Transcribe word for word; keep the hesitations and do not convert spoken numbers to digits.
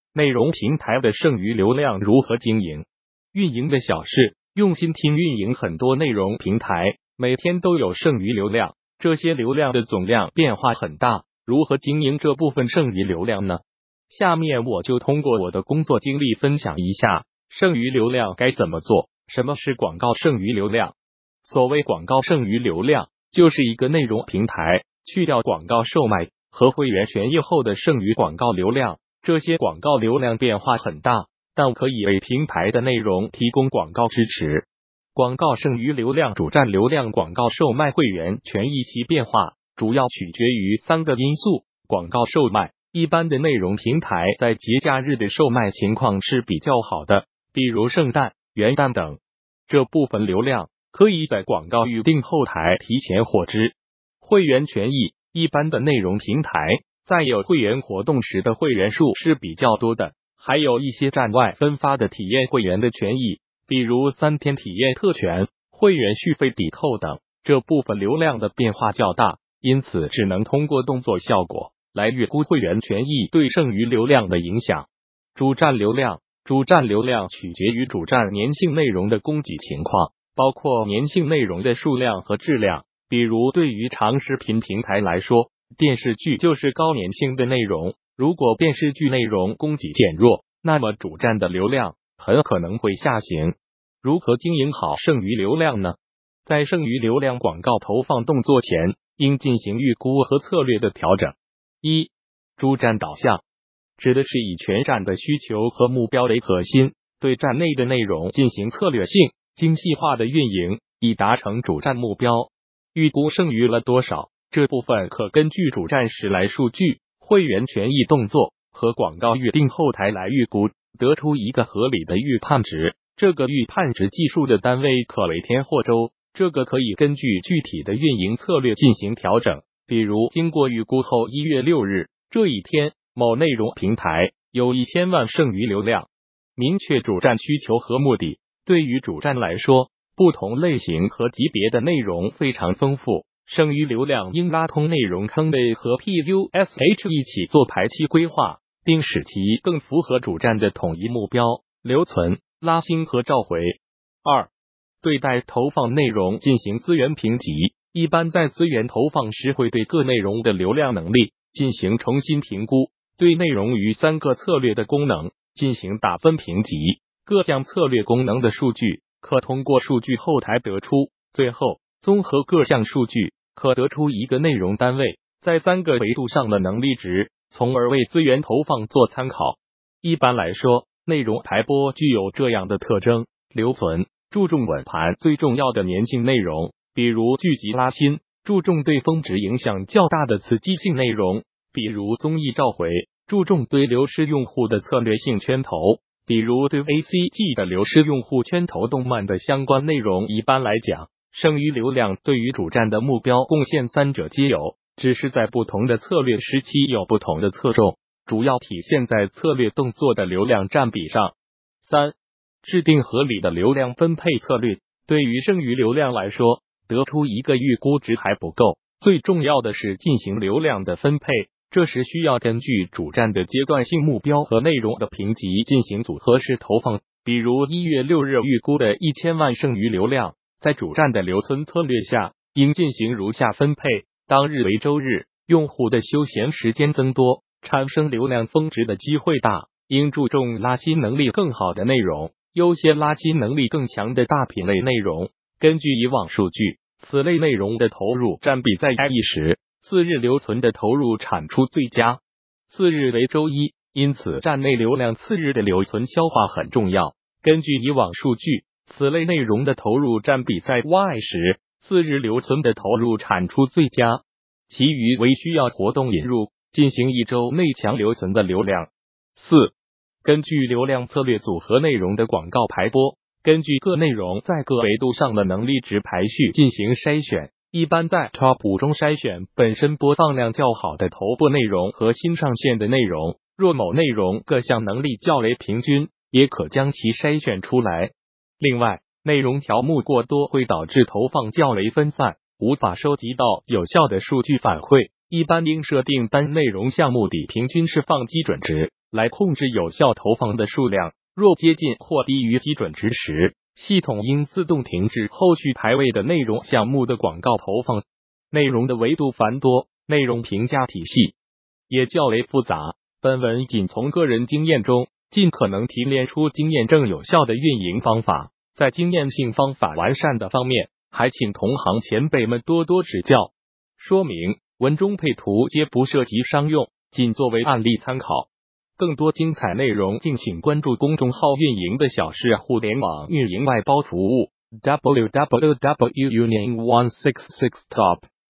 内容平台的剩余流量如何经营？运营的小事，用心听。运营很多内容平台，每天都有剩余流量，这些流量的总量变化很大，如何经营这部分剩余流量呢？下面我就通过我的工作经历分享一下剩余流量该怎么做。什么是广告剩余流量？所谓广告剩余流量，就是一个内容平台去掉广告售卖和会员权益后的剩余广告流量。这些广告流量变化很大，但可以为平台的内容提供广告支持。广告剩余流量、主站流量、广告售卖、会员权益其变化主要取决于三个因素。广告售卖，一般的内容平台在节假日的售卖情况是比较好的，比如圣诞、元旦等，这部分流量可以在广告预订后台提前获知。会员权益，一般的内容平台在有会员活动时的会员数是比较多的，还有一些站外分发的体验会员的权益，比如三天体验特权、会员续费抵扣等，这部分流量的变化较大，因此只能通过动作效果来预估会员权益对剩余流量的影响。主站流量，主站流量取决于主站粘性内容的供给情况，包括粘性内容的数量和质量。比如对于长视频平台来说，电视剧就是高粘性的内容，如果电视剧内容供给减弱，那么主站的流量很可能会下行。如何经营好剩余流量呢？在剩余流量广告投放动作前，应进行预估和策略的调整。一、主站导向，指的是以全站的需求和目标为核心，对站内的内容进行策略性、精细化的运营，以达成主站目标。预估剩余了多少？这部分可根据主站时来数据、会员权益动作和广告预订后台来预估，得出一个合理的预判值。这个预判值计数的单位可为天或周，这个可以根据具体的运营策略进行调整。比如，经过预估后，一月六日这一天，某内容平台有一千万剩余流量。明确主站需求和目的，对于主站来说，不同类型和级别的内容非常丰富。剩余流量应拉通内容坑位和 P U S H 一起做排期规划，并使其更符合主站的统一目标，留存、拉新和召回。二、对待投放内容进行资源评级，一般在资源投放时会对各内容的流量能力进行重新评估，对内容与三个策略的功能进行打分评级，各项策略功能的数据可通过数据后台得出，最后综合各项数据可得出一个内容单位在三个维度上的能力值，从而为资源投放做参考。一般来说，内容排播具有这样的特征：留存，注重稳盘最重要的粘性内容，比如剧集拉新；注重对峰值影响较大的刺激性内容，比如综艺召回；注重对流失用户的策略性圈投，比如对 A C G 的流失用户圈投动漫的相关内容。一般来讲，剩余流量对于主站的目标贡献三者皆有，只是在不同的策略时期有不同的侧重，主要体现在策略动作的流量占比上。三、制定合理的流量分配策略。对于剩余流量来说，得出一个预估值还不够，最重要的是进行流量的分配，这时需要根据主站的阶段性目标和内容的评级进行组合式投放。比如一月六日预估的一千万剩余流量，在主站的留存策略下，应进行如下分配：当日为周日，用户的休闲时间增多，产生流量峰值的机会大，应注重拉新能力更好的内容，优先拉新能力更强的大品类内容。根据以往数据，此类内容的投入占比在 一 时，次日留存的投入产出最佳。次日为周一，因此站内流量次日的留存消化很重要。根据以往数据，此类内容的投入占比在 Y 时，次日留存的投入产出最佳，其余为需要活动引入，进行一周内强留存的流量。四、根据流量策略组合内容的广告排播，根据各内容在各维度上的能力值排序进行筛选，一般在 Top 五中筛选本身播放量较好的头部内容和新上线的内容，若某内容各项能力较为平均，也可将其筛选出来。另外，内容条目过多会导致投放较为分散，无法收集到有效的数据反馈，一般应设定单内容项目的平均释放基准值， 来控制有效投放的数量。若接近或低于基准值时，系统应自动停止后续排位的内容项目的广告投放。内容的维度繁多，内容评价体系也较为复杂。本文仅从个人经验中尽可能提炼出经验正有效的运营方法，在经验性方法完善的方面，还请同行前辈们多多指教。说明：文中配图皆不涉及商用，仅作为案例参考。更多精彩内容，敬请关注公众号“运营的小事互联网运营外包服务” w w w dot union one six six top。